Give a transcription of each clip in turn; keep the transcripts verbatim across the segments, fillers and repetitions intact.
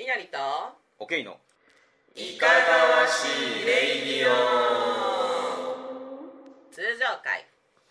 りなりとオケイのいかがわしいレイディオ通常会。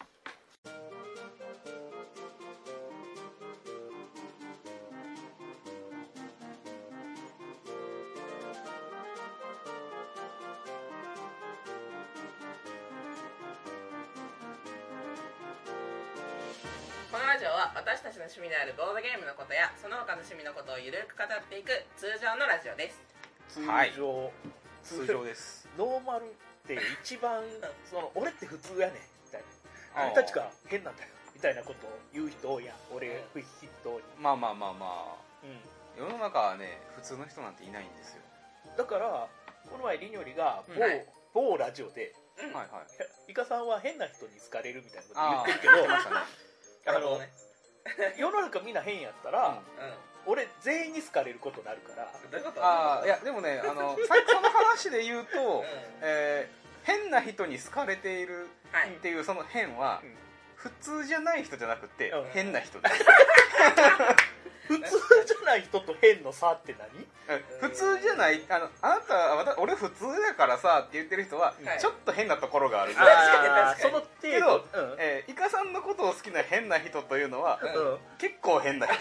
このラジオは私たちの趣味であるボードゲームのことやその他の趣味のことをゆるく語っていく通常のラジオです。 通常、 はい、通常です。 ノーマルって一番その俺って普通やねんみたいな、俺たちが変なんだよみたいなことを言う人多いやん。俺筆頭に。 まあまあまあまあ、 うん、 世の中はね普通の人なんていないんですよ。 だからこの前りにょりが某、 うんはい某ラジオで、 うんはいはい。 イカさんは変な人に好かれるみたいなこと言ってるけど、 あー言ってましたね。 あの、 ね、 世の中みんな変やったら、 うん俺全員に好かれることになるから。 どういうこと？ ああ、いやでもね、あの最初の話で言うと、 うんえー、変な人に好かれているはいっていうその変は、 うん普通じゃない人じゃなくて、 うん変な人です普通じゃない人と変の差って何？ 普通じゃない、あのあなたは私俺普通だからさって言ってる人は、 はいちょっと変なところがある。 確かにあー確かにその程けど、 度、うんえー、イカさんのことを好きな変な人というのは、 うんうん、 結構変な人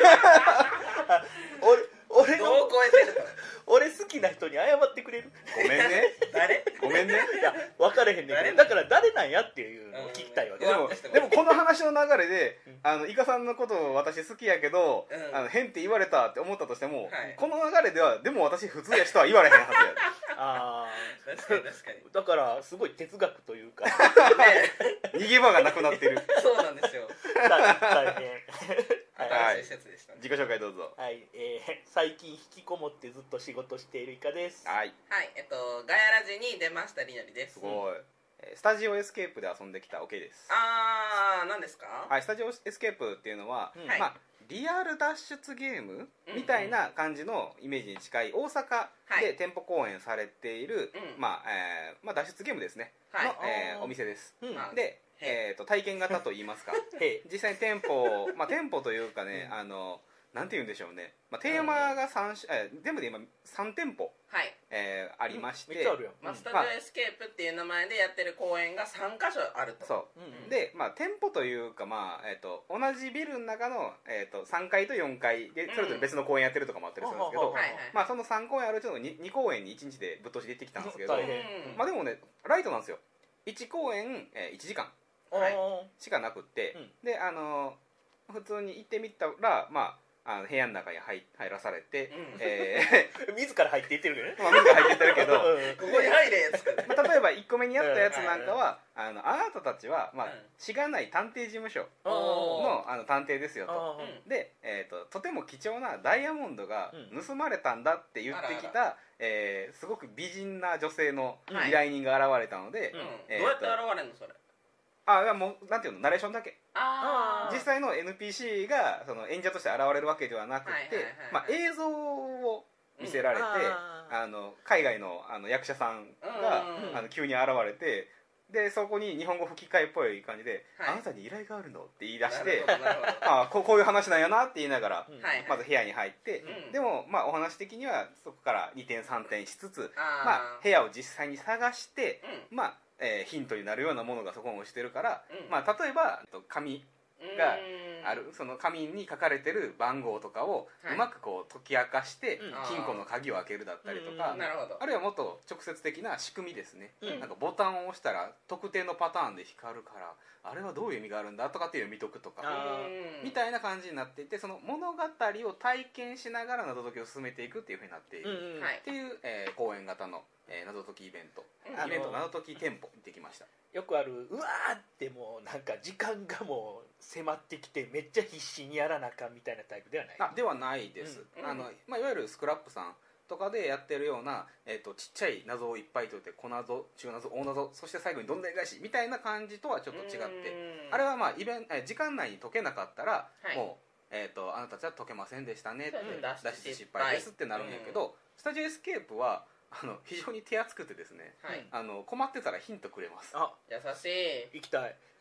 俺俺のどう超えてるの？ 俺好きな人に謝ってくれる？ ごめんね誰？ ごめんね。 いや分からへんねんけ誰ど、だから誰なんやっていうのを聞きたいわけ。 うんでもうんでもこの話の流れで、 うんあのイカさんのことを私好きやけど、 うんあの変って言われたって思ったとしても、 はいこの流れではでも私普通やしとは言われへんはずやで。 あ確かに確かにーだからすごい哲学というかね逃げ場がなくなってる。 そうなんですよ。 大変はい新しい説でしたね。 自己紹介どうぞ。 はい、えー最近引きこもってずっと仕事しているイカです。 はい、 はいえっとガヤラジに出ましたりなりです。 すごい。えースタジオエスケープで遊んできたオケです。 あー何ですか？ はい、スタジオエスケープっていうのは、 うんはいまあリアル脱出ゲームみたいな感じのイメージに近い大阪で店舗公演されている、 うんまあえーまあ、脱出ゲームですね、 はいの、えーあーお店です。 うんあで、 へえー、と体験型といいますかへ実際に店舗、まあ、店舗というかね、 うんあのなんて言うんでしょうね、まあ、テーマがさん種、えー全部で今さん店舗、 はいえーありまして、 めっちゃあるやん。 まあ、スタジオエスケープっていう名前でやってる公演がさんカ所あると。 そううんうんで、まあ、店舗というか、まあえー、と同じビルの中の、えー、とさんかいとよんかいでそれぞれ別の公演やってるとかもあったりするんですけど、 うんはいはいまあ、そのさん公演あるうちの 2, 2公演にいちにちでぶっ通しで行ってきたんですけど、 大変うんまあ、でもねライトなんですよ。いち公演、えー、いちじかんはいあしかなくって、 うんであのー普通に行ってみたら、まあ、あの部屋の中に入入らされて、 うんえー自ら入っていってるけどね。 ーまあ、みんな入ってってるけどここに入れっつって。 まあ、例えばいっこめにやったやつなんかは、あのあなたたちは、まあうんしがない探偵事務所おーのあの探偵ですよと。 あうんで、えー、ととても貴重なダイヤモンドがうん盗まれたんだって言ってきあた、えーすごく美人な女性のはい依頼人が現れたので、 うんえーとどうやって現れるのそれ？ あいやもうなんていうのナレーションだけあー実際の エヌピーシー がその演者として現れるわけではなくて、 はいはいはいはいまあ、映像を見せられて、 あーあの海外のあの役者さんが、 うんうんうんあの急に現れて、でそこに日本語吹き替えっぽい感じで、 はいあなたに依頼があるのって言い出してなるほどなるほどあこうこういう話なんやなって言いながら、 うんはいまず部屋に入って、 うんでも、まあ、お話的にはそこからにてんさんてんしつつ、 あーまあ、部屋を実際に探して、 うんまあえーヒントになるようなものがそこに落ちてるから、 うんまあ、例えばえっと紙がうんあるその紙に書かれてる番号とかをはいうまくこう解き明かしてうん金庫の鍵を開けるだったりとか、 うんなるほど。 あるいはもっと直接的な仕組みですね、 うんなんかボタンを押したら特定のパターンで光るからあれはどういう意味があるんだとかっていうのを見とくとかあうんみたいな感じになっていて、その物語を体験しながら謎解きを進めていくっていうふうになっている、 うんうんはいっていう、えー公演型の、えー謎解きイベント、 うんイベントあの謎解き店舗行ってきました。 よくあるうわーってもうなんか時間がもう迫ってきてめっちゃ必死にやらなあかんみたいなタイプではない。 あではないです、 うんあのまあ、いわゆるスクラップさんとかでやってるような、えー、とちっちゃい謎をいっぱい解いて小謎中謎大謎そして最後にどんでん返しみたいな感じとはちょっと違って、 うんあれはまあイベンえー時間内に解けなかったら、 はいもう、えー、とあなたたちは解けませんでしたねってそうですね脱出失敗ですってなるんやけど、スタジオエスケープはあの非常に手厚くてですね、 はいあの困ってたらヒントくれます。 あ優しい。 行きたい。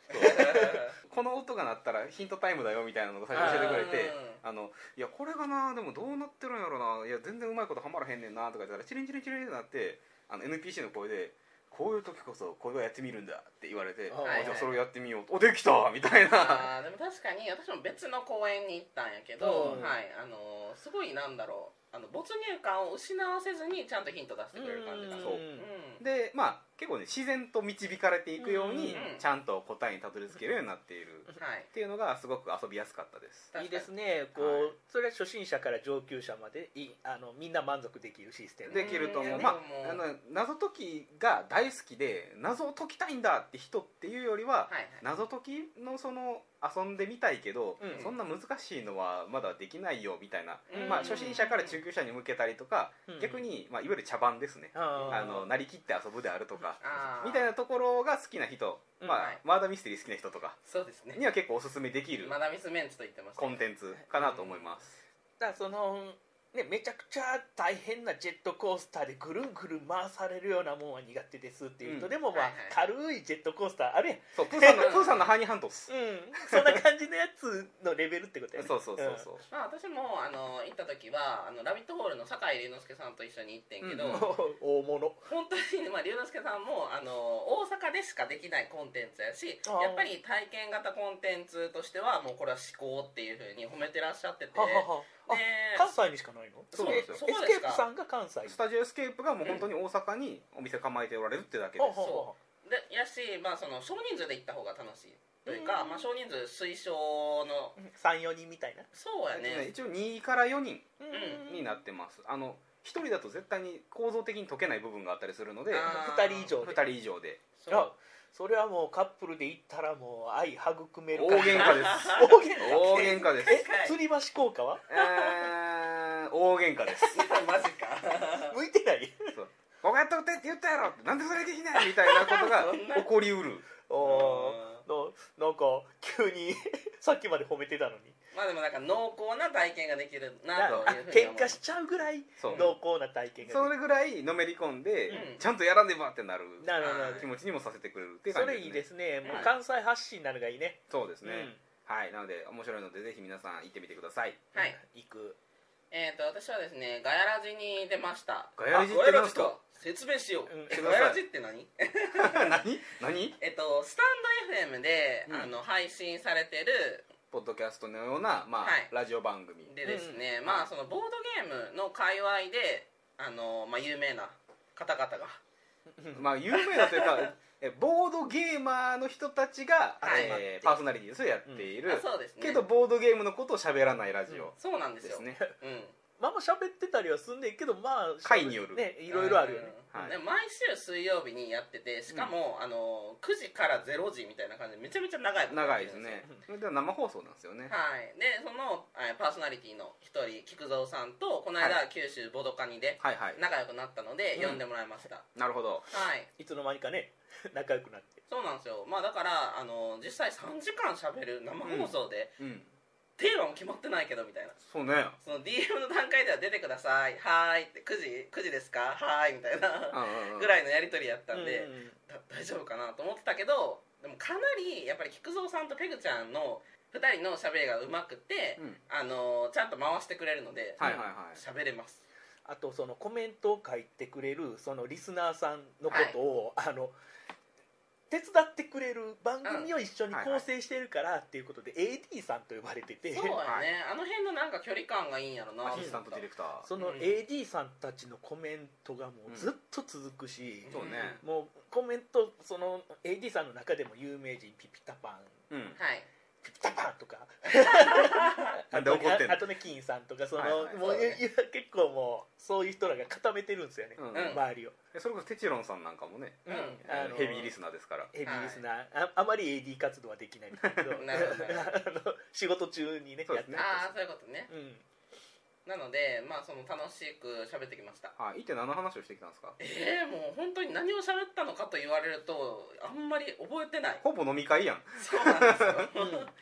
この音が鳴ったらヒントタイムだよみたいなのが最初教えてくれて、あのいやこれがなでもどうなってるんやろな、いや全然うまいことはまらへんねんなとか言ったらチリンチリンチリンってなって、あの エヌピーシー の声でこういう時こそこれをやってみるんだって言われて、 ああじゃあそれをやってみよう、おできたみたいな。 あでも確かに私も別の公園に行ったんやけど、 うんはい、あのすごいなんだろう、あの没入感を失わせずにちゃんとヒント出してくれる感じが、 そううんでまあ結構ね自然と導かれていくようにうんちゃんと答えにたどり着けるようになっているはいっていうのがすごく遊びやすかったです。 確かにいいですね。こう、 はいそれは初心者から上級者までいあのみんな満足できるシステム。 できると思う。 うんまでもああの謎解きが大好きで謎を解きたいんだって人っていうよりは、 はいはい謎解きのその遊んでみたいけど、 うんそんな難しいのはまだできないよみたいな、 うんまあ、初心者から中級者に向けたりとか、 うん逆に、まあ、いわゆる茶番ですね、 あーあのなりきって遊ぶであるとかあーみたいなところが好きな人、 うんまあはいマーダーミステリー好きな人とかそうですねには結構おすすめできるマダミスメンツと言ってましたコンテンツかなと思います。 だからそのね、めちゃくちゃ大変なジェットコースターでぐるんぐるん回されるようなもんは苦手ですっていう人でも、まあうんはい軽いジェットコースターあるやん、 そうプーさんのプーさんのハーニーハントっす。 うん、そんな感じのやつのレベルってことやね。 そうそうそうそう、 まあ、私もあの行った時はあのラビットホールの酒井龍之介さんと一緒に行ってんけど、 うんうん大物。 本当に、まあ、龍之介さんもあの大阪でしかできないコンテンツやし、 あーやっぱり体験型コンテンツとしてはもうこれは至高っていうふうに褒めてらっしゃってて、 はははあで関西にしかないの？ そうなんですよえエスケープさんが関西に。 スタジオエスケープがもう本当に大阪にお店構えておられるってだけです。 はははでやし、まあ、その少人数で行った方が楽しいというか、 うんまあ、少人数推奨のさん、よにんみたいな。 そうやね、 一応にからよにんうんになってます。あのひとりだと絶対に構造的に解けない部分があったりするのであーふたり以上ふで。 たり以上でそうあそれはもうカップルで行ったらもう愛育める大喧嘩です大喧嘩大喧嘩です。 え吊り橋効果はえー、大喧嘩です。 マジか向いてないそうここやっとってって言ったやろってなんでそれできないみたいなことがそんな起こりうる。 おーななんか急にさっきまで褒めてたのにまあでもなんか濃厚な体験ができるななあというふうに思う喧嘩しちゃうぐらいそう濃厚な体験がそれぐらいのめり込んで、 うんちゃんとやらねばってなるなるほどなる気持ちにもさせてくれるっていうそ感じです、ね、 れいいですねもうはい関西発信なのがいいねそうですね、 うんはい、なので面白いのでぜひ皆さん行ってみてください。 はい、 行くえー、と私はですねガヤラジに出ました。 ガヤラジってあガヤラ何すかジか説明しよう、 うんえガヤラジって何何何えっとスタンド エフエム で、 うんあの配信されてるポッドキャストのような、まあはいラジオ番組でですね、 うんまあそのボードゲームの界隈であの、まあ、有名な方々がまあ有名なというかえボードゲーマーの人たちが、 はいえーパーソナリティですよやっている、 あそうですねけどボードゲームのことを喋らないラジオそうなんですよですね、 うんまあまあ喋ってたりはすんねんけどまあ回によるねいろいろあるよねうんはいで毎週水曜日にやっててしかも、あのくじかられいじみたいな感じでめちゃめちゃ長いことや長ってるんいですね。それでは生放送なんですよね。 はい、でそのえーパーソナリティの一人菊蔵さんとこの間、 は九州ボドカニではいはい。 仲良くなったので、 うん呼んでもらいました。 なるほど。 はい、 いつの間にかね仲良くなってそうなんですよ。まあだからあの実際さんじかんしゃべる生放送で、 うん。 テーマも決まってないけどみたいな。 そうね。 その ディーエム の段階では出てくださいはーいってくじくじですかはーいみたいなうんうんうんぐらいのやり取りやったんで、 うんうんだ大丈夫かなと思ってたけどでもかなりやっぱり菊蔵さんとペグちゃんのふたりの喋りがうまくて、 うんあのちゃんと回してくれるのではいはいはい。 喋れます。 あとそのコメントを書いてくれるそのリスナーさんのことを、あの手伝ってくれる番組を一緒に構成してるからっていうことで エーディー さんと呼ばれてて、 そうやね、 はいあの辺のなんか距離感がいいんやろな。 アシスタントディレクター。 そのうんエーディー さんたちのコメントがもうずっと続くし、 そうね。 もうコメントその エーディー さんの中でも有名人ピピタパンうん。 はいピピタパンとかなんで怒ってんのあとね金さんとかその、 はいはいもうそうねいや結構もうそういう人らが固めてるんですよね、 うんうん周りを、 えそれこそテチロンさんなんかもね、 うんあのヘビーリスナーですから。 ヘビーリスナー、ああまり エーディー 活動はできないんですけどなるほどあの仕事中にねそうですねああそういうことね。 うんなのでまあその楽しく喋ってきました。 はい。一体何の話をしてきたんですか。 えー、もう本当に何を喋ったのかと言われるとあんまり覚えてない。 ほぼ飲み会やん。 そうなんですよ、 うん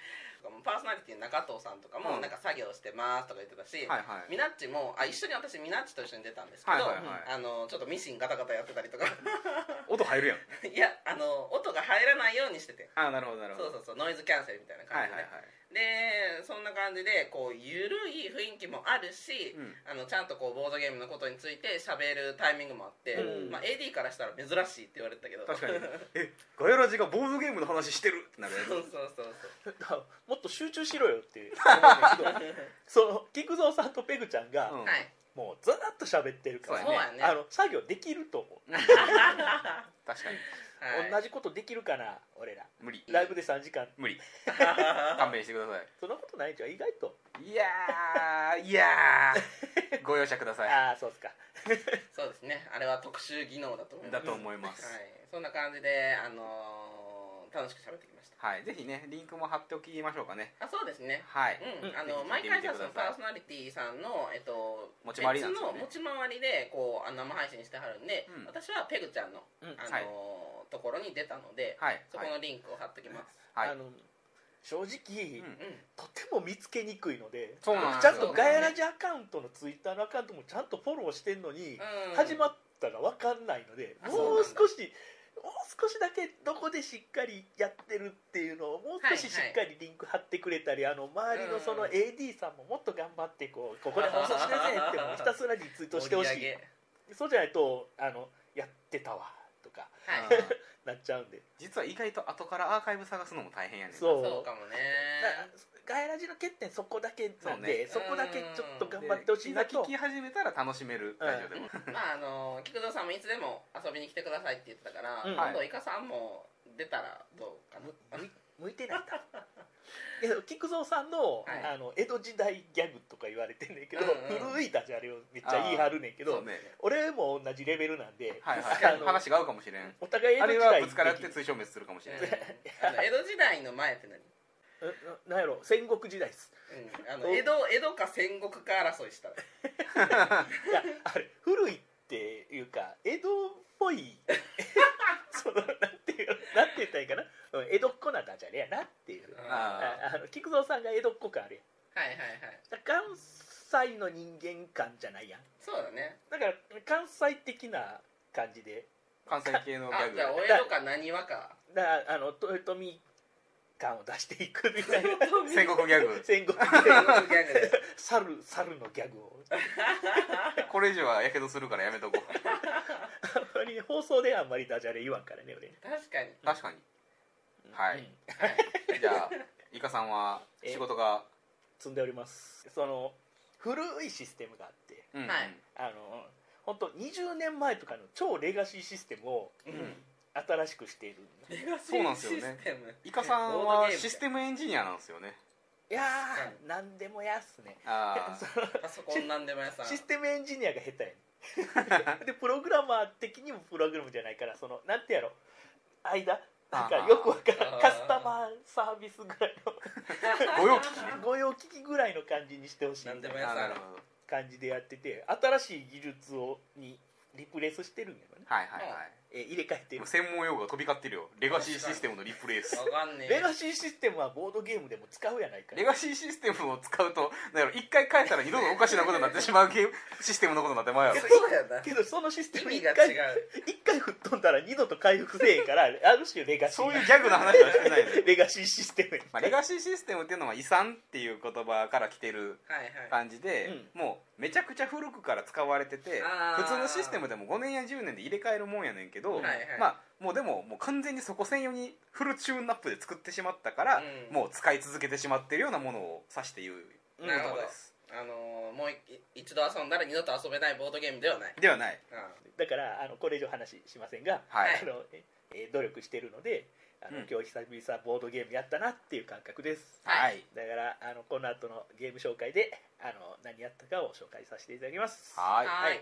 とかもパーソナリティの中藤さんとかもうんなんか作業してますとか言ってたし、 はいはいミナッチもあ一緒に私ミナッチと一緒に出たんですけど、 はいはいはいあのちょっとミシンガタガタやってたりとか音入るやん。 いやあの音が入らないようにしてて、 ああなるほどなるほど。 そうそうそうノイズキャンセルみたいな感じで、 はいはいはい。 でそんな感じでこうゆるい雰囲気もあるし、 うんあのちゃんとこうボードゲームのことについて喋るタイミングもあって、 うんまあ、エーディー からしたら珍しいって言われてたけど確かにえガヤラジがボードゲームの話してるってなるやつ。 そうそうそうそうだからもっと集中しろよって思うんだけどその菊蔵さんとペグちゃんが、 うんはいもうずっと喋ってるから、 そうやねあの作業できると思う、 確かにはい同じことできるかな俺ら無理ライブでさんじかん無理勘弁してくださそんなことないんじゃん意外といいやーいやーご容赦くださいああそうですかそうですねあれは特殊技能だと思いますだと思いますはい、そんな感じで、あのー楽しく喋ってきましたはい、ぜひねリンクも貼っておきましょうかね。 あそうですねはい、 うん、 うんあのぜ毎ひ聞いてみてください回さそのパーソナリティさんの、えっと、 持ち回りなんですよね別の持ち回りでこうあの生配信してはるんで、 うん私はペグちゃんの、 うんあのーはいところに出たので、 はいそこのリンクを貼っておきます、 はい、 あの正直、 うんうんとても見つけにくいのでそうなんちゃんですよとガヤラジアカウントのツイッターのアカウントもちゃんとフォローしてんのに、 うん始まったら分かんないので、 あもう少しもう少しだけどこでしっかりやってるっていうのをもう少ししっかりリンク貼ってくれたり、あの周りのその エーディー さんももっと頑張ってこうここで放送してねってもうひたすらリツイートしてほしい盛り上げそうじゃないとあのやってたわとかはいあーなっちゃうんで実は意外と後からアーカイブ探すのも大変やねん。 そうそうかもねガヤラジの欠点そこだけなんそうでそ,、 ねこだけちょっと頑で張ってほしいなといざ聞き始めたら楽しめるラジオでも、 まああの菊蔵さんもいつでも遊びに来てくださいって言ってたから、 うん今度イカさんも出たらどうかな、 む向いてないんだけど菊蔵さんの,、 はいあの江戸時代ギャグとか言われてんねんけど、 うんうん古いダジャレをめっちゃ言い張るねんけど、 そうね俺も同じレベルなんで、 はいはあのい話が合うかもしれん。 お互い江あれは戸時代ぶつからって追消滅するかもしれない。 あの江戸時代の前って何、 うんなんやろ戦国時代ですうん、あの江戸江戸か戦国か争いしたらいやあれ古いっていうか江戸っぽいそのなんていうなんて言ったらいいかなうん江戸っ子なダジャレやなっていうあああの菊蔵さんが江戸っ子感あるやんはいはいはい関西の人間感じゃないやんそうだねだから関西的な感じで関西系のギャグあじゃあお江戸か何わかだからあの豊臣感を出していくみたいな戦国ギャグ戦国戦国ギャグで猿猿のギャグをこれ以上はやけどするからやめとこう。 あんまりね放送ではあんまりダジャレ言わんからね俺確かに確かに。はいうんはいじゃあイカさんは仕事が、 積んでおりますその古いシステムがあってうんうんはいあの本当にじゅうねんまえとかの超レガシーシステムをうん新しくしているレガシそうなんーシですよねステムイカさんボードはゲームシステムエンジニアなんですよね。 いやー何でもやっすねあそのパソコンなんでもやさんシステムエンジニアが下手やねでプログラマー的にもプログラムじゃないからそのなんてやろ間なんかよくわからんあーカスタマーサービスぐらいのあご用聞きね。 御用聞きぐらいの感じにしてほしいなんでもやあなるほど。 感じでやってて新しい技術をにリプレイスしてるんやろね、 はいはいはい。 えー入れ替えてるもう専門用語が飛び交ってるよ。レガシーシステムのリプレイス。 わかんねえレガシーシステムはボードゲームでも使うやないかレガシーシステムを使うとなんやろ一回変えたら二度とおかしなことになってしまうゲームシステムのことになってまうやろ。 そうやなけどそのシステム意一回味が違う一回吹っ飛んだら二度と回復せえへんからある種レガシーそういうギャグの話はしてないで、 レガシーシステムやまあ、レガシーシステムっていうのは遺産っていう言葉から来てるはいはい感じで、 うもうめちゃくちゃ古くから使われててあー普通のシステムでもごねんやじゅうねんで入れ替えるもんやねんけど、 はいはいまあもうでももう完全にそこ専用にフルチューンナップで作ってしまったから、 うんもう使い続けてしまってるようなものを指して言う言なるほど葉です。 あのーもうい一度遊んだら二度と遊べないボードゲームではないではない。 だからあのこれ以上話しませんが、 はいあのえー努力してるのであの、 うん今日久々ボードゲームやったなっていう感覚ですはいだからあのこの後のゲーム紹介であの何やったかを紹介させていただきますはいはい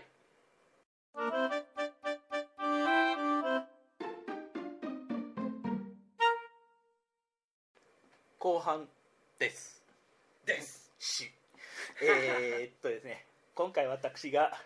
後半ですですしえーっとですね今回私が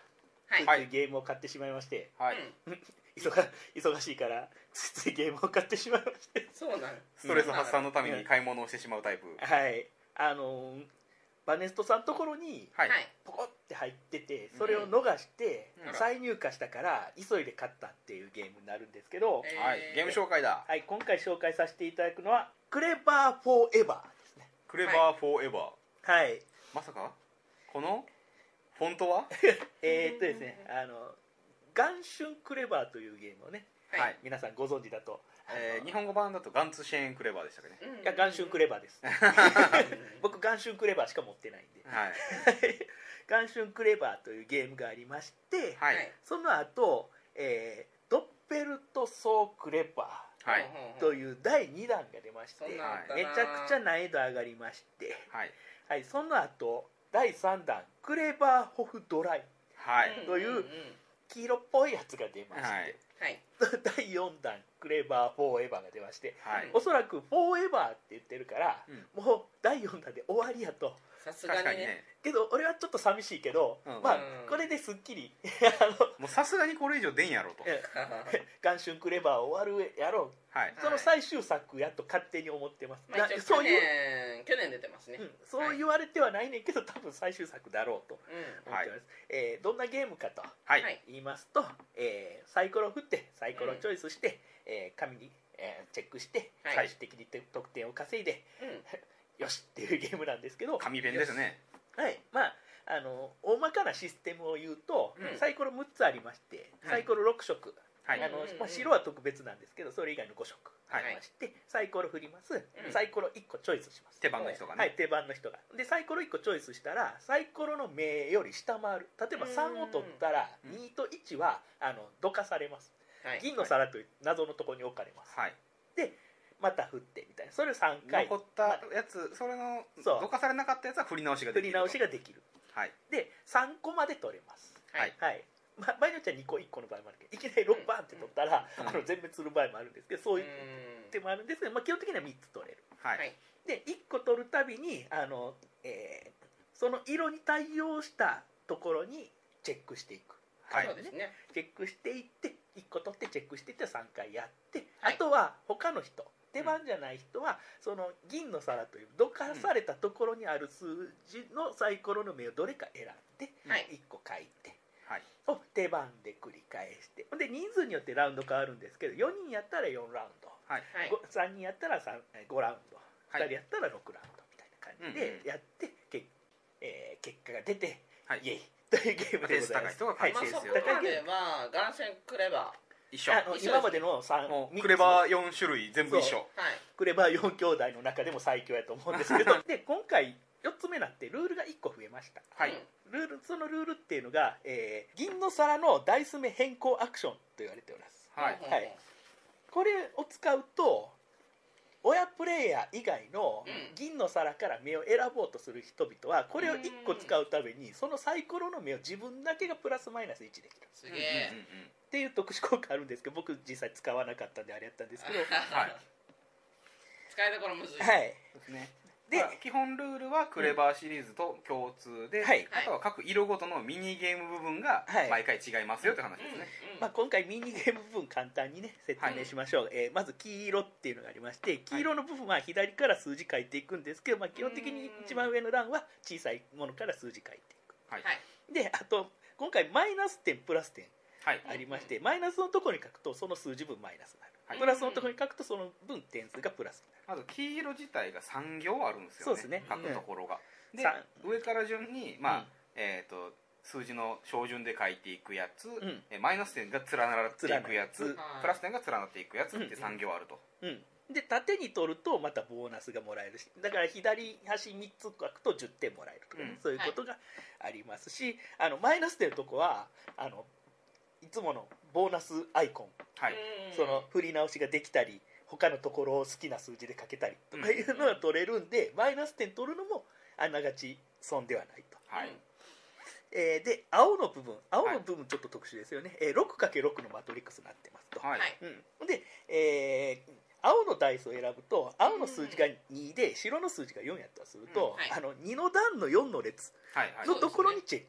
はいついついゲームを買ってしまいまして、 はい、 忙忙しいからついついゲームを買ってしまいましてそうなんストレス発散のために買い物をしてしまうタイプ。 はいあのーバネストさんのところにはい、 ポコって入っててそれを逃してうん再入荷したから急いで買ったっていうゲームになるんですけど、 えはい、ゲーム紹介だ。 はい、今回紹介させていただくのはクレバーフォーエバーですね。 クレバーフォーエバー、 はいまさかこのフォントはえー、っとですねあの元春クレバーというゲームをねはい、 はい皆さんご存知だと、 えー、日本語版だとガンツシェーンクレバーでしたっけね。 うんいや元春クレバーです僕元春クレバーしか持ってないんではい元春クレバーというゲームがありまして、 はいその後、えードッペルトソークレバはいーというだいにだんが出ましてそんなんあったなめちゃくちゃ難易度上がりまして、 はいはい、その後だいさんだんクレバーホフドライはいうんという黄色っぽいやつが出まして、 はいはいだいよんだんクレバーフォーエバーが出まして、 はいおそらくフォーエバーって言ってるから、 うんもうだいよんだんで終わりやと。 さすがにね確かにね。 けど俺はちょっと寂しいけど、 うんまあうんこれですっきりあのもうさすがにこれ以上出んやろと。 え元春クレバー終わるやろはい、 うその最終作やと勝手に思ってます、 まあ一応去なそういう、 年去年出てますねうん、そう言われてはないねんけど多分最終作だろうとうん思ってます、えーどんなゲームかとはいはい言いますと、えーサイコロを振ってサイコロをチョイスして、えー紙に、えーチェックしてはい最終的に得点を稼いで、 うんよしっていうゲームなんですけど、 紙ペンですね。 はい、まああの大まかなシステムを言うと、 うんサイコロむっつありましてはいサイコロろく色、 はいあのうんうんうんまあ、白は特別なんですけどそれ以外のご色あはいりまして、サイコロ振ります、 うんサイコロいっこチョイスします手番の人がね。 はい、手番の人がでサイコロいっこチョイスしたらサイコロの目より下回る例えばさんを取ったらうんにといちはあのどかされますはい銀の皿という謎のところに置かれます、 はい、 また振ってみたいなそれをさんかい残ったやつ、それのそうどかされなかったやつは振り直しができると。 振り直しができるはいでさんこまで取れますはいはい、まあ、場合によってはにこいっこの場合もあるけどいきなりろくばんって取ったら、 うんあの全滅する場合もあるんですけどそういううん手もあるんですけど、まあ、基本的にはみっつ取れるはい、 はいでいっこ取るたびにあの、えーその色に対応したところにチェックしていく、 はいそうですねチェックしていっていっこ取ってチェックしていってさんかいやって、 はいあとは他の人手番じゃない人は、その銀の皿というどかされたところにある数字のサイコロの目をどれか選んで、 はいいっこ書いてはい、 を手番で繰り返してほんで人数によってラウンド変わるんですけどよにんやったらよんラウンド、 はい、 はいごさんにんやったらさんごラウンド、 はいふたりやったらろくラウンドみたいな感じでやって、けえー結果が出て、 はいイエイというゲームでございます。 ペース高い人がはい、 まあペースそこま高いゲームではガンシェンクレバ一緒。 あの一緒です今までのさんもうみっつクレバーよん種類全部一緒。 ーはいクレバーよん兄弟の中でも最強やと思うんですけどで今回よっつめになってルールがいっこ増えましたはい、 ルールそのルールっていうのが、えー銀の皿のダイス目変更アクションと言われておりますはい、 はいこれを使うと親プレイヤー以外のうん銀の皿から目を選ぼうとする人々はこれをいっこ使うためにそのサイコロの目を自分だけがプラスマイナスいちできるすげえうんうんうんっていう特殊効果あるんですけど僕実際使わなかったんであれやったんですけどはい使いどころむずいはいそうですね。 でまあ基本ルールはクレバーシリーズと共通で、 はいあとは各色ごとのミニゲーム部分がはい毎回違いますよって話ですね。 まあ、今回ミニゲーム部分簡単にね説明しましょう、えーまず黄色っていうのがありまして黄色の部分は左から数字書いていくんですけど、まあ、基本的に一番上の欄は小さいものから数字書いていくはい、 はいであと今回マイナス点プラス点はい、 ありましてマイナスのところに書くとその数字分マイナスになる、 はいプラスのところに書くとその分点数がプラスになるまず黄色自体がさん行あるんですよね。 そうですね各ところが。でさ上から順にまあ、 うんえっ、と数字の小順で書いていくやつ、 んえマイナス点が連なっていくやつ、 連なるプラス点が連なっていくやつっうんてさん行あると。 うん、で縦に取るとまたボーナスがもらえるしだから左端みっつ書くとじゅってんもらえるとかね、 うんそういうことがありますしあのマイナス点のとこはあのいつものボーナスアイコンはい、 その振り直しができたり他のところを好きな数字で書けたりとかいうのが取れるんで、マイナス点取るのもあながち損ではないと、 はい、 えーで青の部分青の部分ちょっと特殊ですよね、えー ろくかけるろく のマトリックスになってますと、 はい、 はいうん、で、えー青のダイスを選ぶと青の数字がにで白の数字がよんやったとすると、 うんはいあのにの段のよんの列はい、はい、 のところにチェックを入れる、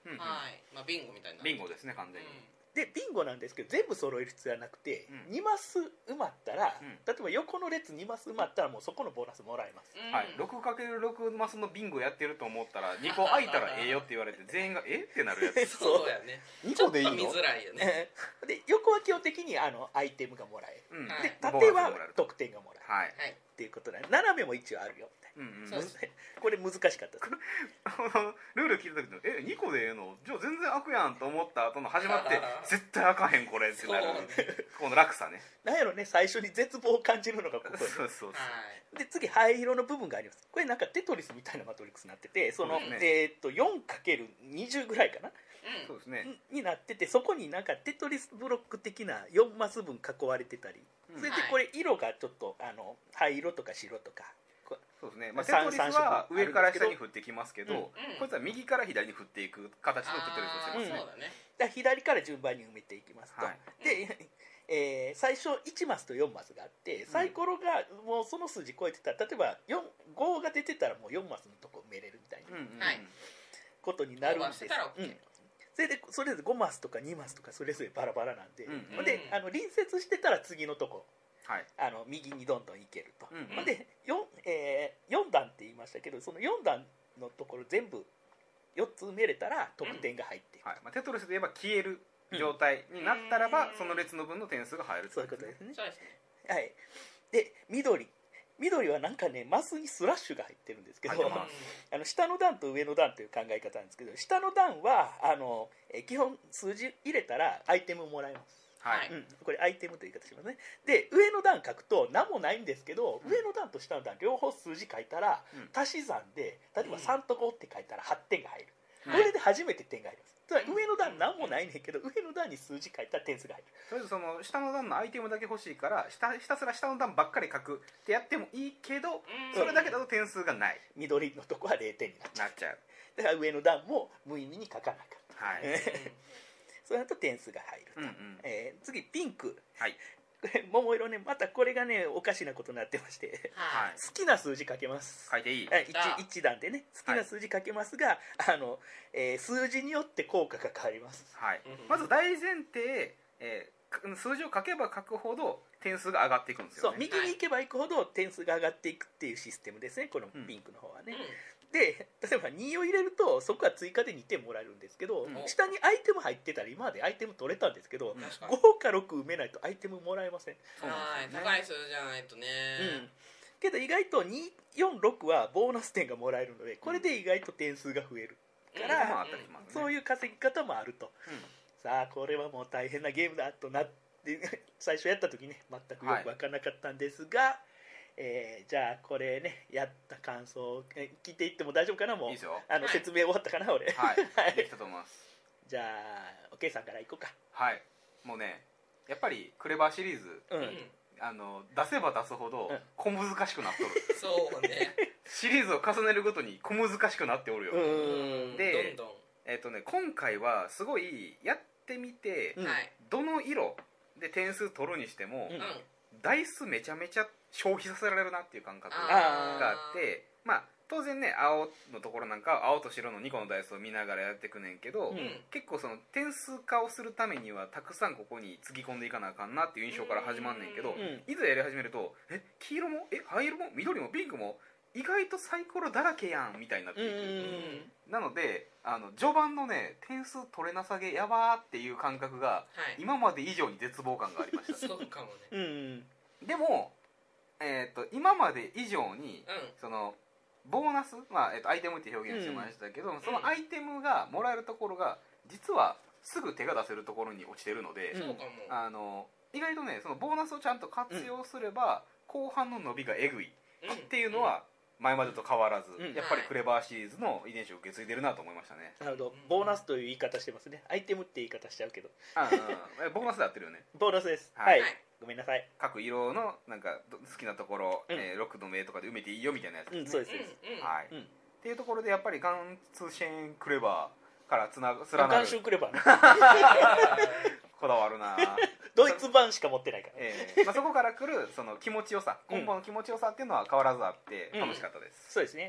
うんうんはいまあビンゴみたいなビンゴですね完全に、 でビンゴなんですけど全部揃える必要はなくて、 うんにマス埋まったら、 うん例えば横の列にマス埋まったらもうそこのボーナスもらえます、 うんはい、ろくかけるろく マスのビンゴやってると思ったらにこ空いたらええよって言われて全員がえってなるやつそうやねにちょっとこでいいの見づらいよねで横は基本的にあのアイテムがもらえる、 うんはいでボ縦はーナスもらえる得点がもらえるはいはいっていうことで斜めも一応あるよみたいうんうんそうですなこれ難しかったですねあのルール聞いた時のえにこでええのじゃあ全然開くやんと思った後の始まって絶対開かへんこれってなるそうねこの落差ねなんやろね最初に絶望を感じるのがここそうそうそうはいで次灰色の部分がありますこれなんかテトリスみたいなマトリックスになっててその、 そうですえーっと よんかけるにじゅう ぐらいかなうんそうですねになっててそこになんかテトリスブロック的なよんマス分囲われてたりうんそれでこれ色がちょっとあの灰色とか白とかこそうですね、まあ、テ三トリスは上から下に振ってきますけど、 うんうんこいつは右から左に振っていく形のテトリスをしてますねあーそうだねだ左から順番に埋めていきますと、 はいで、えー最初いちマスとよんマスがあってサイコロがもうその数字超えてたら例えばよん ごが出てたらもうよんマスのとこ埋めれるみたいなうんうんうんはいことになるんです、 オーバーしてたら OK うんそれでそれぞれごマスとかにマスとかそれぞれバラバラなんで、 うんであの隣接してたら次のとこはいあの右にどんどん行けると、 うんほんで 4,、えー、よん段って言いましたけどそのよん段のところ全部よっつ埋めれたら得点が入っていく、 はいまあ、テトリスで言えば消える状態になったらば、 うんその列の分の点数が入るそういうことですねそうですねはいで緑緑はなんかねマスにスラッシュが入ってるんですけど、 入ってますあの下の段と上の段という考え方なんですけど下の段はあのえ基本数字入れたらアイテムもらえます、 はい、 うん、これアイテムという言い方しますねで上の段書くと何もないんですけど、 うん上の段と下の段両方数字書いたら、 うん足し算で例えばさんとごって書いたらはってんが入る、 はいこれで初めて点が入りますつまり上の段何もないねんけど上の段に数字書いたら点数が入るとりあえずその下の段のアイテムだけ欲しいからひたひたすら下の段ばっかり書くってやってもいいけど、 うんそれだけだと点数がない緑のとこはれいてんになっちゃうなっちゃうだから上の段も無意味に書かなかったはいそうなると点数が入ると、 うんうんえー次ピンクはいこれ桃色ねまたこれがねおかしなことになってましてはい好きな数字書けます、 書いていいはい、 あ一, 一段でね好きな数字書けますが、あのえー数字によって効果が変わりますはいうんまず大前提、えーか数字を書けば書くほど点数が上がっていくんですそうよね右に行けば行くほど点数が上がっていくっていうシステムですねこのピンクの方はね、で例えばにを入れるとそこは追加でにてんもらえるんですけど、 うん下にアイテム入ってたら今までアイテム取れたんですけど、 うん確かにごかろく埋めないとアイテムもらえません、 そうはいなんですよね高い数字じゃないとねうんけど意外とによんろくはボーナス点がもらえるのでこれで意外と点数が増えるからそういうのもあったりしますねそういう稼ぎ方もあるとうんさあこれはもう大変なゲームだとなって最初やった時ね全くよく分からなかったんですが、えーじゃあこれねやった感想をえ聞いていっても大丈夫かなもういいですよあのはい説明終わったかな俺はいはいできたと思いますじゃあおけいさんからいこうかはいもうねやっぱりクレバーシリーズうん、 うんあの出せば出すほどうん小難しくなっとるそうねシリーズを重ねるごとに小難しくなっておるよ、 うんでどんどえっ、とね今回はすごいやってみて、 うんんはいどの色で点数取るにしても、 うんダイスめちゃめちゃ消費させられるなっていう感覚がああってまあ当然ね青のところなんかは青と白のにこのダイスを見ながらやっていくねんけど、 うん結構その点数化をするためにはたくさんここにつぎ込んでいかなあかんなっていう印象から始まんねんけど、 うんいざやり始めるとえ黄色もえ灰色も緑もピンクも意外とサイコロだらけやんみたいになっていく、 うんなのであの序盤のね点数取れなさげやばーっていう感覚がはい今まで以上に絶望感がありましたそうかもねうんでも、えー、と今まで以上にうんそのボーナス、まあえー、とアイテムって表現してましたけど、そのアイテムがもらえるところが実はすぐ手が出せるところに落ちてるので、 うんそうかもあの意外とねそのボーナスをちゃんと活用すれば、後半の伸びがえぐいうんっていうのは前までと変わらず、 うんやっぱりクレバーシリーズの遺伝子を受け継いでるなと思いましたね。 なるほどボーナスという言い方してますねアイテムって言い方しちゃうけどあうんえボーナスで合ってるよね。 ボーナスですははいい、 はいごめんなさい各色のなんかど好きなところ、 うんえー、ろくの目とかで埋めていいよみたいなやつですね。 うんそうですそうですうんうんはい、 うんっていうところでやっぱりガンツシェーンクレバーからつな連なガンるシュンクレバーねこだわるなドイツ版しか持ってないからえーまあ、そこから来るその気持ちよさうんコンボの気持ちよさっていうのは変わらずあってうん楽しかったです、 そうですね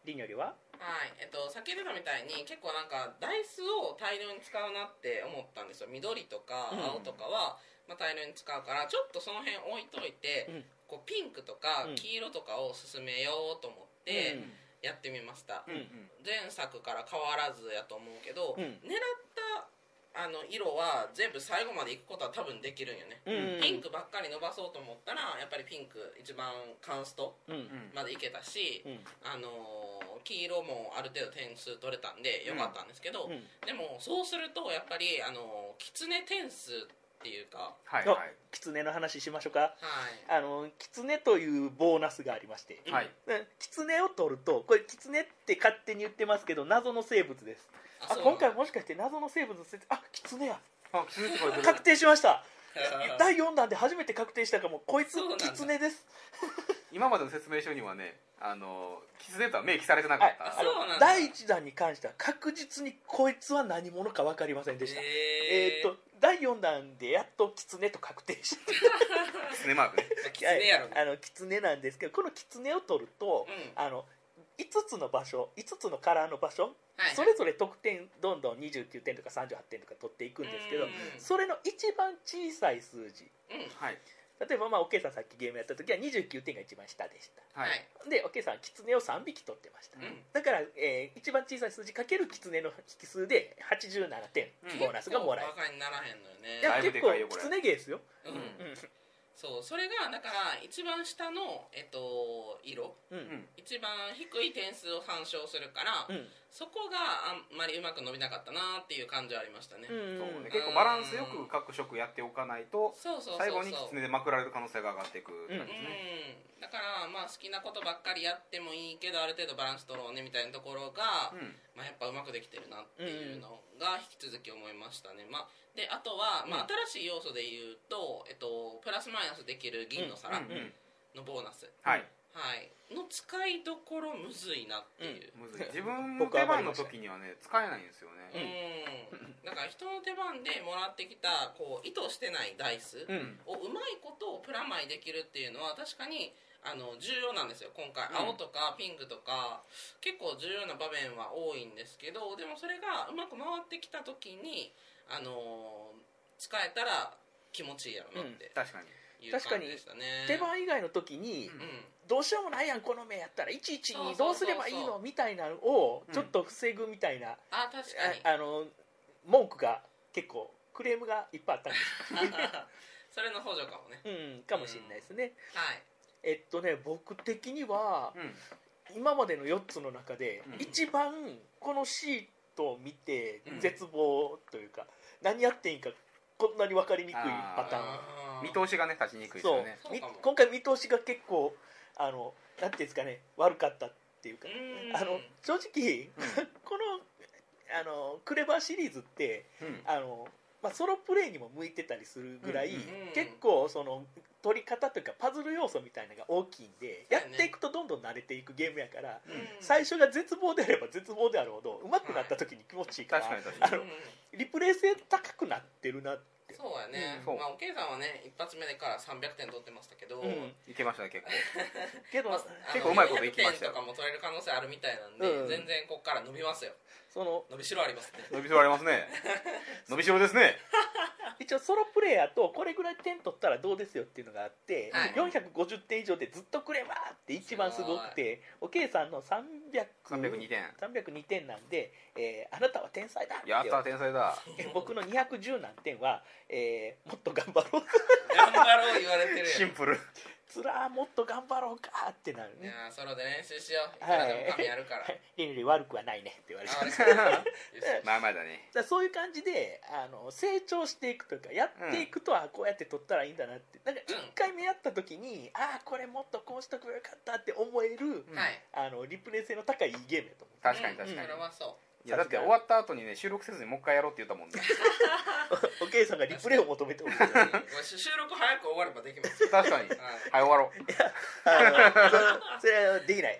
リンよりははいえっと、さっき言ってたみたいに結構なんかダイスを大量に使うなって思ったんですよ。緑とか青とかは、まあ、大量に使うからちょっとその辺置いといて、 うんこうピンクとかうん黄色とかを進めようと思ってうんやってみました、 うんうん前作から変わらずやと思うけど、 うん狙ったあの色は全部最後までいくことは多分できるんよね、 うんピンクばっかり伸ばそうと思ったらやっぱりピンク一番カンストうんまでいけたし、 うんあのー黄色もある程度点数取れたんでよかったんですけど、 うんでもそうするとやっぱり、あのー、キツネ点数っていうか、 はいあはいキツネの話しましょうか。 はいあのキツネというボーナスがありまして、 はいでキツネを取ると、これキツネって勝手に言ってますけど謎の生物です。あそう今回もしかして謎の生物説あキツネやあキツネって書いてる確定しましただいよんだんで初めて確定したかも。こいつそうなんだキツネです。 今までの説明書にはねあのキツネとは明記されてなかった、 あそうなんだのだいいちだんに関しては確実にこいつは何者か分かりませんでした。ええーっとだいよんだんでやっとキツネと確定したキツネマークねキツネやろね、 あのキツネなんですけど、このキツネを取ると、 うんあのいつつの場所いつつのカラーの場所、 はいそれぞれ得点どんどんにじゅうきゅうてんとかさんじゅうはってんとか取っていくんですけど、 うんそれの一番小さい数字、 うんはい例えばまあおけいさんさっきゲームやった時はにじゅうきゅうてんが一番下でした。 はい、 はいでおけいさんはキツネをさんびき取ってました、 うんだから、えー一番小さい数字かけるキツネの引数ではちじゅうななてんうんボーナスがもらえる、 結構バカにならへんのよねいやだいぶ結構でかいよこれキツネゲーですよ、 うんうんそうそれがだから一番下の、えっと、色うんうん一番低い点数を参照するから、 うんそこがあんまりうまく伸びなかったなっていう感じはありましたね、 うんそうね、結構バランスよく各色やっておかないとそうそうそうそう最後にキツネでまくられる可能性が上がっていくって感じうですね、 んだからまあ好きなことばっかりやってもいいけどある程度バランス取ろうねみたいなところが、 うんまあ、やっぱうまくできてるなっていうのが引き続き思いましたね、まあ、であとは、まあ、新しい要素で言うと、えっと、プラスマイナスできる銀の皿うんうんのボーナス、 はいはい、の使いどころむずいなっていう、 むずい自分の手番の時にはね使えないんですよね、 うん、だから人の手番でもらってきたこう意図してないダイスうんをうまいことプラマイできるっていうのは確かにあの重要なんですよ今回、 うん青とかピンクとか結構重要な場面は多いんですけどでもそれがうまく回ってきた時にあの使えたら気持ちいいやろなって確かにいう感じでしたね、 手番以外の時に、 うんうんどうしようもないやんこの目やったらいちいちにどうすればいいそうそうそうそうのみたいなのをちょっと防ぐみたいな、 あ確かにああの文句が結構クレームがいっぱいあったんですそれの補助かもねうんかもしれないですね、 はいえっとね僕的にはうん今までのよっつの中でうん一番このシートを見てうん絶望というか何やっていいかこんなに分かりにくいパターンあー見通しがね立ちにくいですそうよねみそうかも今回見通しが結構あのなんていうんですかね悪かったっていうかうんあの正直うんこのあのクレバーシリーズってうんあの、まあ、ソロプレイにも向いてたりするぐらい、 うんうん結構その取り方というかパズル要素みたいなのが大きいんで、 そうやねやっていくとどんどん慣れていくゲームやから、 うん最初が絶望であれば絶望であるほど上手くなった時に気持ちいいから、 確かに確かにあのリプレイ性高くなってるなって。 そうやね、 うんそうまあおけいさんはね一発目でからさんびゃくてん取ってましたけど、 うんいけましたね結構けどまあ結構うまいこといきましたよよんひゃくてんとかも取れる可能性あるみたいなんで、 うん全然ここから伸びますよその伸びしろありますね伸びしろありますね伸びしろですね一応ソロプレイヤーとこれぐらい点取ったらどうですよっていうのがあって、 はいよんひゃくごじゅってん以上でずっとくればって一番すごくておけいさんのさんびゃくさんびゃくにてんさんびゃくにてんなんで、えーあなたは天才だってやったー天才だえ僕のにひゃくじゅう何点は、えーもっと頑張ろう頑張ろう言われてるやんシンプルつらーもっと頑張ろうかってなるいねやーソロで練習しよういくらでも神やるから、 リンリン悪くはないねって言われてあだか悪くないよしまあまあだねらそういう感じであの成長していくというかやっていくと、あこうやって取ったらいいんだなってなんかいっかいめやった時に、ああこれもっとこうしとけばよかったって思える、 うんはいあのリプレイ性の高いいいゲームやと思う確かに確かにうんそれはそういやだって終わった後にね収録せずにもう一回やろうって言ったもんねおけいさんがリプレイを求めておるこれ収録早く終わればできますよ確かにはいはい終わろうあのそそれはできない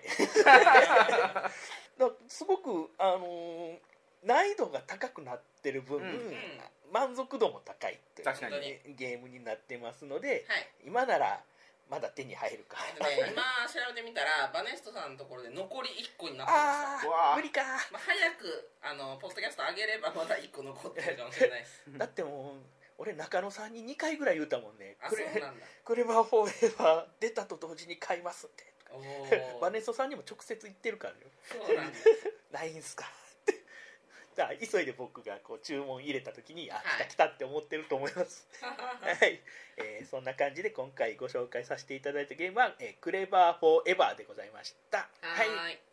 だすごく、あのー難易度が高くなってる分、 うん満足度も高いという確かにゲームになってますのではい今ならまだ手に入るか。 ね、今調べてみたらバネストさんのところで残りいっこになってました。 ああ無理か、 まあ、早くあのポッドキャスト上げればまだいっこ残ってるかもしれないですだってもう俺中野さんににかいぐらい言うたもんね。 あ、そうなんだ。 クレバーフォーエバー出たと同時に買いますっておバネストさんにも直接言ってるからよ。 そうなんだないんすかってだから急いで僕がこう注文入れた時にあ、 はい来た来たって思ってると思いますはい、えーそんな感じで今回ご紹介させていただいたゲームは、えークレバーフォーエバーでございました。 はーい、はい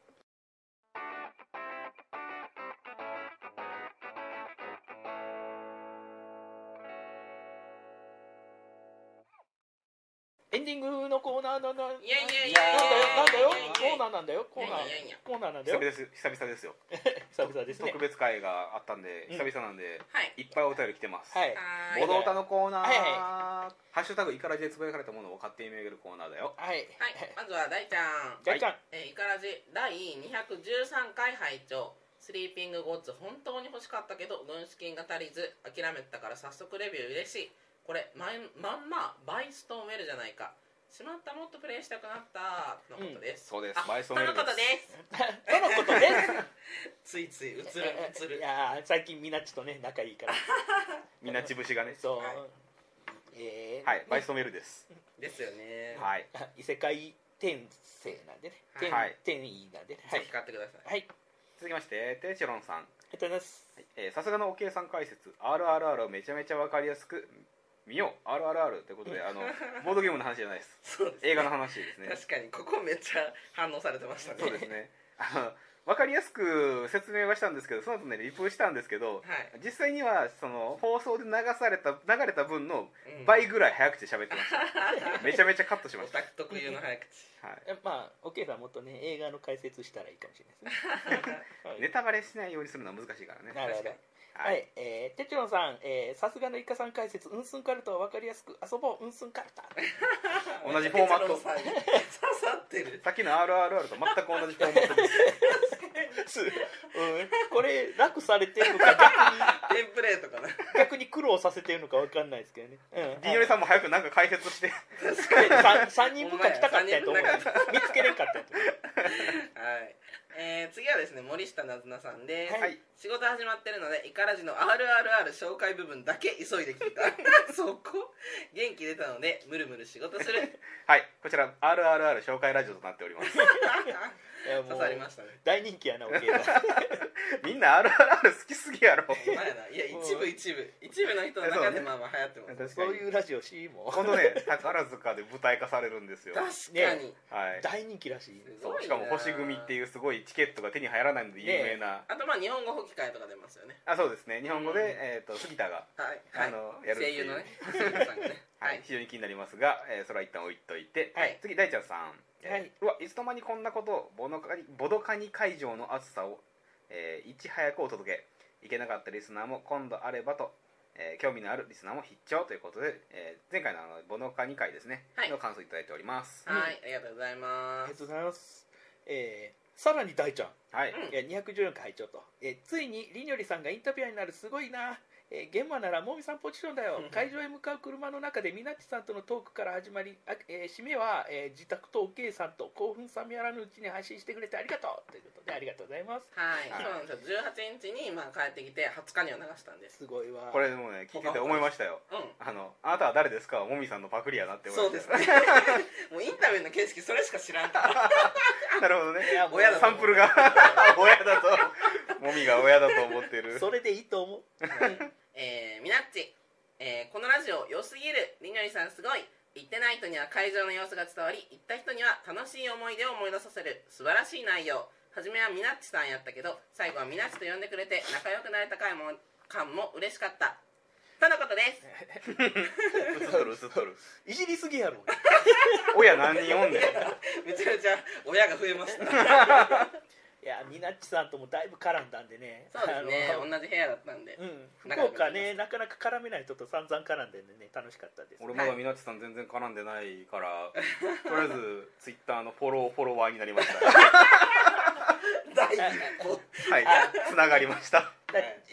エンディングのコーナーなんだいやいやいなやいやんだよいやいやいやなんだよコーナーなんだよコーナーいやいやいやコーナーなんだよ久々です久々ですよ久々ですね。 特別会があったんでうん久々なんで、 はいいっぱいお便り来てます。 はいはーいボドオタのコーナー、 はいハッシュタグイカラジでつぶやかれたものを勝手に見上げるコーナーだよ。 はいはいまずは大ちゃん、 じゃあちゃん、 えー、イカラジだいにひゃくじゅうさんかい拝聴。スリーピングゴッズ本当に欲しかったけど軍資金が足りず諦めてたから早速レビュー嬉しい。これまんまんまバイストーンウェルじゃないか。しまった、もっとプレイしたくなったのことです、 そうですあ、 バイストメルとのことですとのことですついつい映る映るいやー最近みなっちとね仲いいからみんなちぶしがね。 そう、 はいえーはい、バイストメルです。 ですよね、 はい。 異世界転生なんでね、転はい転移なんでね、はいぜひ買ってください、 はい、 続きましてテチロンさん。 ありがとうございます。 えーさすがのおけいさん解説 アールアールアール をめちゃめちゃわかりやすく見よう アールアールアール ということであのボードゲームの話じゃないです。 そうですね映画の話ですね。 確かにここめっちゃ反応されてましたねそうですね。あの分かりやすく説明はしたんですけどその後ねリプしたんですけど、 はい実際にはその放送で流された流れた分のうん倍ぐらい早口で喋ってました、めちゃめちゃカットしまオした、 タク特有の早口はい、 えまあオッケーさんもっとね映画の解説したらいいかもしれないですねはいネタバレしないようにするのは難しいからね。 なるほど。 確かはい、えー、てちろんさん、えー、さすがのイカさん解説、うんすんカルタを分かりやすく遊ぼう、うんすんカルタ。 同じフォーマット結論さんに刺さってるさっきの アールアールアール と全く同じフォーマットですうん、これ楽されてるのか逆にテンプレートかな逆に苦労させてるのか分かんないですけどね。うん、 ディニョリさんも早くなんか解説してさんにんぶんか来たかったやと思う。見つけれんかったやと思う。 はい、えー、次はですね森下なずなさんです、 はい仕事始まってるのでイカラジの アールアールアール 紹介部分だけ急いで聞いたそこ元気出たのでムルムル仕事するはいこちら アールアールアール 紹介ラジオとなっておりますいやもう刺さりましたね大人気やな、オッケーさん。 みんな アールアールアール 好きすぎやろほんまやないや一部一部一部の人の中でまあまあ流行ってます、 確かそうにいうラジオしも本当ね宝塚で舞台化されるんですよ。 確かに、 はい大人気らしい。 すごいなそうしかも星組っていうすごいチケットが手に入らないので有名な、 あとまあ日本語吹き替えとか出ますよねあそうですね日本語で、 うんえー、と杉田が、 はい、 あのやるっていう声優のね杉田さんがねはい、非常に気になりますが、えーそれは一旦置いといて、 はい次大ちゃんさん、えーはいうわいつの間にこんなことをボドカニボドカニ会場の暑さを、えーいち早くお届けいけなかったリスナーも今度あればと、えー興味のあるリスナーも必聴ということで、えー前回のあのボドカニ会ですね、 はいの感想いただいております。 はいありがとうございあますりがとうございます。えーさらに大ちゃん、 はい、 うんいやにひゃくじゅうよんかい拝聴と、えーついにりにょりさんがインタビュアーになる、すごいな、えー現場ならもみさんポジションだよ。会場へ向かう車の中でみなっちさんとのトークから始まり、あえー締めは、えー自宅とおけいさんと興奮冷めやらぬうちに配信してくれてありがとうということで、ありがとうございます。 はい、 はいそうなんですよじゅうはちにちにまあ帰ってきてはつかには流したんですすごいわ。 これでもね聞いてて思いましたよ。 うんあのあなたは誰ですかもみさんのパクリやなって思いました。 そうですねもうインタビューの形式それしか知らんからなるほどね。 いやもう親だとサンプルが親だともみが親だと思ってる。 それでいいと思う。 えー、みなっち、えーこのラジオ良すぎるりにょりさんすごい行ってない人には会場の様子が伝わり行った人には楽しい思い出を思い出させる素晴らしい内容初めはみなっちさんやったけど最後はみなっちと呼んでくれて仲良くなれた回も感も嬉しかったとのことです映っとる映っとる。 いじりすぎやろ。 親何人おんねん。 めちゃめちゃ親が増えましたいやみなっちさんともだいぶ絡んだんでね。 そうですねあの同じ部屋だったんで、 うん、福岡ねなかなか絡めない人と散々絡んでんでね楽しかったです。 俺まだみなっちさん全然絡んでないから、とりあえずツイッターのフォローフォロワーになりました。 大事な子はい、つながりました。 だ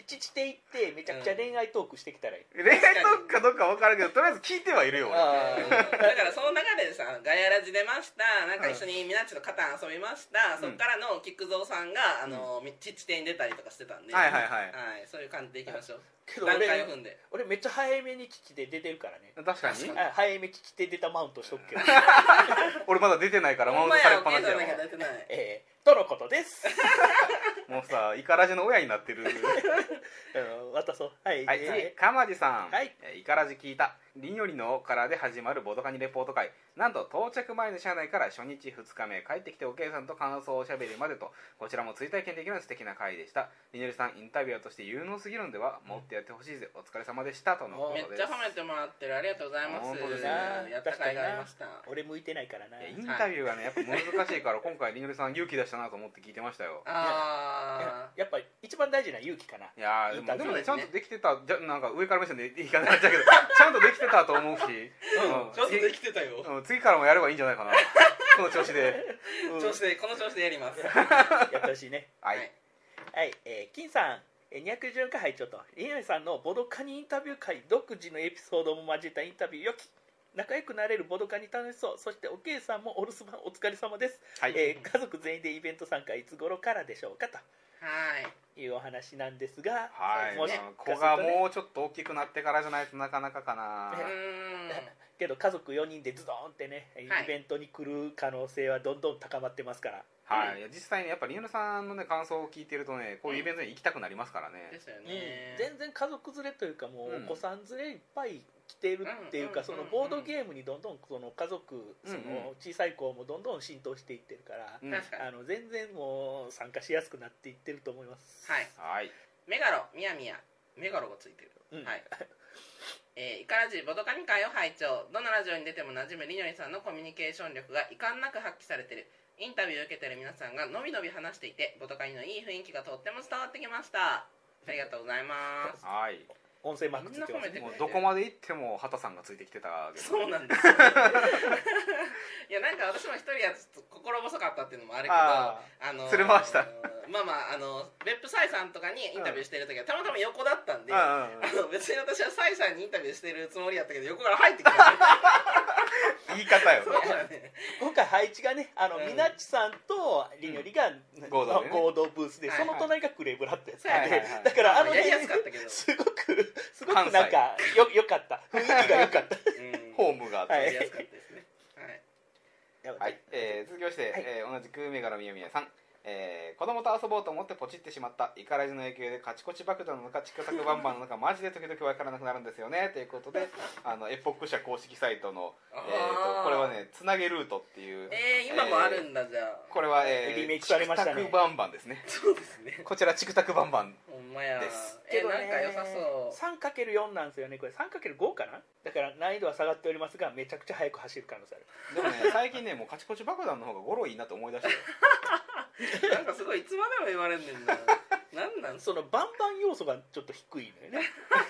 父て行ってめちゃくちゃ恋愛トークしてきたらいい、 恋愛トークかどうか分からんけどとりあえず聞いてはいるよ俺。 あうんだからその流れでさガヤラジ出ました、なんか一緒にみなっちとカタン遊びました、 うんそっからの菊蔵さんがあの父亭に出たりとかしてたんで、 はいはいはいはい、そういう感じでいきましょう。 けど段階俺を踏んで俺めっちゃ早めに父で出てるからね。 確かに確あ早め父で出たマウントしとくけど俺まだ出てないからマウントされっぱなしやほんまやお姉さんだけ出てないえー、とのことですもうさイカラジの親になってるうん渡そうはいはい、 え次、かまじさん。 はいえーイカラジ聞いた。りんよりのからで始まるボドカニレポート会。なんと、到着前の車内から初日ふつかめ、帰ってきておけいさんと感想をおしゃべりまでと、こちらも追体験できる素敵な会でした。りんよりさん、インタビュアーとして有能すぎるんでは、もっとやってほしいぜ。お疲れ様でした。とのことめです。 っちゃ褒めてもらってる、ありがとうございます。 本当ですねやった甲斐がありました。 俺向いてないからな。 いやインタビューがね、やっぱ難しいから、今回りんよりさん勇気出したなと思って聞いてましたよ。 あやっぱ一番大事な勇気かな。 いやーでもインタビューでもねちゃんとできてたじゃなんか上から目線で言い方になっちゃうけどちゃんとできてたと思うし、うんあ、ちょっとできてたよ。 うん次からもやればいいんじゃないかなこの調子で、うん調子でこの調子でやります。 やってほしいね。 はい、 はいはい、えー、金さん、えーにひゃくじゅうよんかい拝聴と、りんよりさんのボドカニインタビュー会、独自のエピソードも交えたインタビューよき、仲良くなれるボドカニ楽しそう、そしておけいさんもお留守番お疲れ様です、 はいえー家族全員でイベント参加いつ頃からでしょうかとはい。 いうお話なんですが、 はい、 もしまあかする子がとねもうちょっと大きくなってからじゃないとなかなかかな。 うーん。 けど家族よにんでズドーンってね、 はいイベントに来る可能性はどんどん高まってますから、 はい、いや実際にやっぱりりんよりさんのね感想を聞いてるとねこういうイベントに行きたくなりますからね。 ですようんね。 全然家族連れというかもううんお子さん連れいっぱい来てるっていうか、 うんそのボードゲームにどんどんその家族、その小さい子もどんどん浸透していってるから、 うん確かに。 あの全然もう参加しやすくなっていってると思います。 はい。 はい、 メガロ、ミヤミヤ。メガロがついてる。 うんはい。えー、イカラジボドカニ会を拝聴。どのラジオに出ても馴染むりのりさんのコミュニケーション力が遺憾なく発揮されてる。インタビューを受けてる皆さんがのびのび話していて、ボドカニのいい雰囲気がとっても伝わってきました。ありがとうございます。 はい、 音声マークついてますね。 みんな褒めてもうどこまで行っても畑さんがついてきてたけどそうなんですよ、ね、いやなんか私も一人やつちょっと心細かったっていうのもあるけどああのー連れ回したまあまああの別府サイさんとかにインタビューしてる時はたまたま横だったんで、 うんあうんうんの別に私はサイさんにインタビューしてるつもりやったけど横から入ってきた言い方よそうだね今回配置がね、あの、 うんみなっちさんとりんよりが合同でね合同ブースで、 はいはいその隣がクレーブラってやつで、 はいはいはいだからあのやりやねすかったけど、 すごくすごくなんかよよかった雰囲気がよかった。 うん、 ホームがあって、 はいやりやすかったですねはいはい、えー続きまして、 はいえー同じくメガロみやみやさん、えー子供と遊ぼうと思ってポチってしまったイカラジの影響でカチコチ爆弾なのかチクタクバンバンなのかマジで時々わからなくなるんですよねということであのエポック社公式サイトの、えー、とこれはねつなげルートっていうえー、今もあるんだ、じゃあこれは、えー、 リメイクされましたねチクタクバンバンですねそうですねこちらチクタクバンバンほんまやですえー、なんか良さそうさんかけるよん なんですよね。これ さんかけるご かな。だから難易度は下がっておりますがめちゃくちゃ速く走る可能性ある。 でもね最近ねもうカチコチ爆弾の方がゴロいいなと思い出してなんかすごいいつまでも言われんねんななんなんそのバンバン要素がちょっと低いのよね。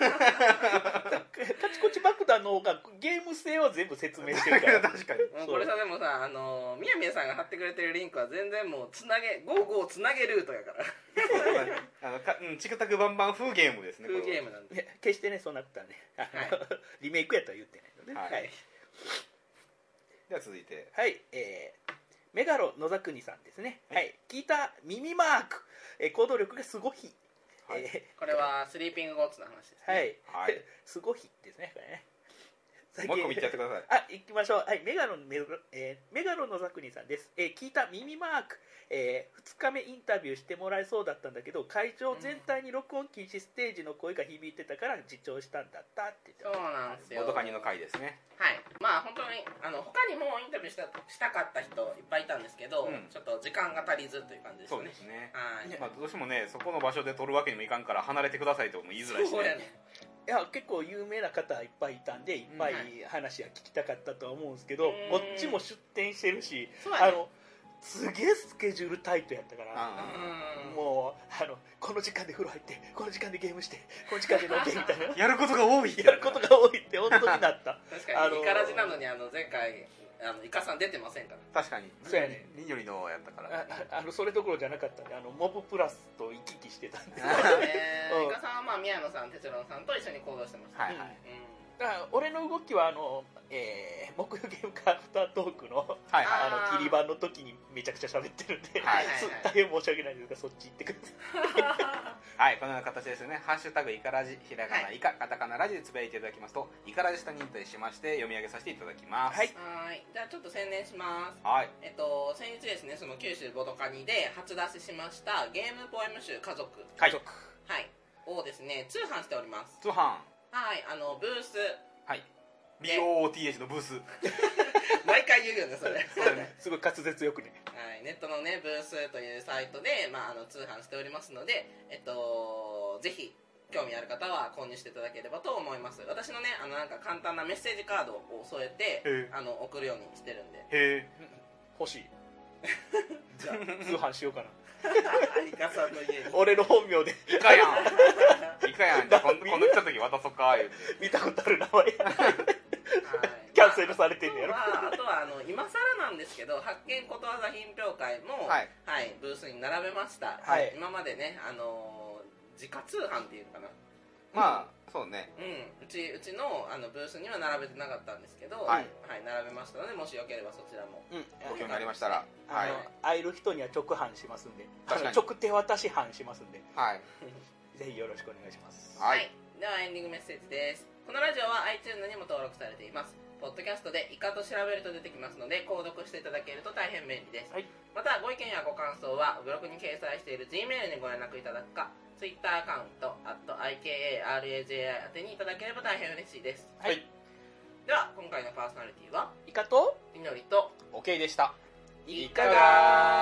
カチコチ爆弾の方がゲーム性は全部説明してるから。 確かにもうこれさでもさあのみやみやさんが貼ってくれてるリンクは全然もうつなげゴーゴーつなげルートやからそうだねあのか、うん、チクタクバンバン風ゲームですね風ゲームムなんでいや決してねそんなことはね、あのはリメイクやとは言ってないので、 はいはいでは続いてはい、えーメガロ野沢国さんですね、はい、聞いた耳マーク、えー行動力がすごい、 はいえこれはスリーピングゴーツの話ですーねはい、 はいすごいですねこれね。 もう一個見てやってくださいあ、行きましょう。はい、メガロのメガロ、えーメガロのザクニさんです。えー聞いた耳マーク、えー、ふつかめインタビューしてもらえそうだったんだけど、会場全体に録音禁止ステージの声が響いてたから自重したんだったって言そうってなんですよボドカニの回ですねはいまあ本当にあの他にもインタビューしたしたかった人いっぱいいたんですけど、 うんちょっと時間が足りずという感じですそうねですねはいまあ、どうしてもねそこの場所で撮るわけにもいかんから離れてくださいとも言いづらいしねそうやねいや結構有名な方いっぱいいたんでいっぱい話は聞きたかったとは思うんですけど、 うんこっちも出店してるし、 そうやねあのすげえスケジュールタイトやったから、 あうんもうあのこの時間で風呂入ってこの時間でゲームしてこの時間で飲んでみたいなあやることが多いやることが多いって本当になった確かあのにイカラジなのにあの前回あのイカさん出てませんから確かにそうやねりにょりのやったから、ね、 あ, あのそれどころじゃなかったんであのモブプラスと行き来してたんでえー、 うんイカさんはまあ宮野さん哲郎さんと一緒に行動してました、 はいはい、 うんだから俺の動きはあの、えー、木曜ゲームカーアフタートークのはいはいあの切り板の時にめちゃくちゃ喋ってるんで、 はいはいはい大変申し訳ないですがそっち行ってくださはい、このような形ですね。ハッシュタグイカラジ、ひらがなはいイカ、カタカナラジでつぶやいていただきますと、イカラジと認定しまして読み上げさせていただきます。 はいはいじゃあちょっと宣伝しますはい。 えっと先日ですねその九州ボドカニで初出ししましたゲームポエム集家族はい。 はいをですね通販しております通販。 はいあのブースはい。ビーオーティーエイチ のブース。 毎回言うよねそれそうだね。 いすごい滑舌よくねはい、ネットのねブースというサイトで、まあ、あの通販しておりますので、えっと、ぜひ興味ある方は購入していただければと思います。私のねあのなんか簡単なメッセージカードを添えてへえあの送るようにしてるんでへえ。 欲しいじゃあ通販しようかなイカさんの家に俺の本名でイカやん。イカやん。じゃあ今今度来た時渡そっか言うて。 見たことある名前はいキャンセルされてんねやろまあ、あとはあの今更なんですけど発見ことわざ品評会も、 はいはい、ブースに並べました、 はい今までね、あのー、自家通販っていうのかなまあ、そうね。 うん、うちうちのあのブースには並べてなかったんですけど、 はい並べましたのでもしよければそちらもうん。ご興味ありましたら。 あはいの。会える人には直販しますんで確かにあの直手渡し販しますんではい。 ぜひよろしくお願いしますはいではエンディングメッセージです。このラジオは iTunes にも登録されています。ポッドキャストでイカと調べると出てきますので購読していただけると大変便利です、 はいまたご意見やご感想はブログに掲載している G メールにご連絡いただくか Twitter アカウント アット アイケーエーアールエージェーアイ 宛てにいただければ大変嬉しいです。 はいでは今回のパーソナリティはイカとみのりと OK でした。 いかが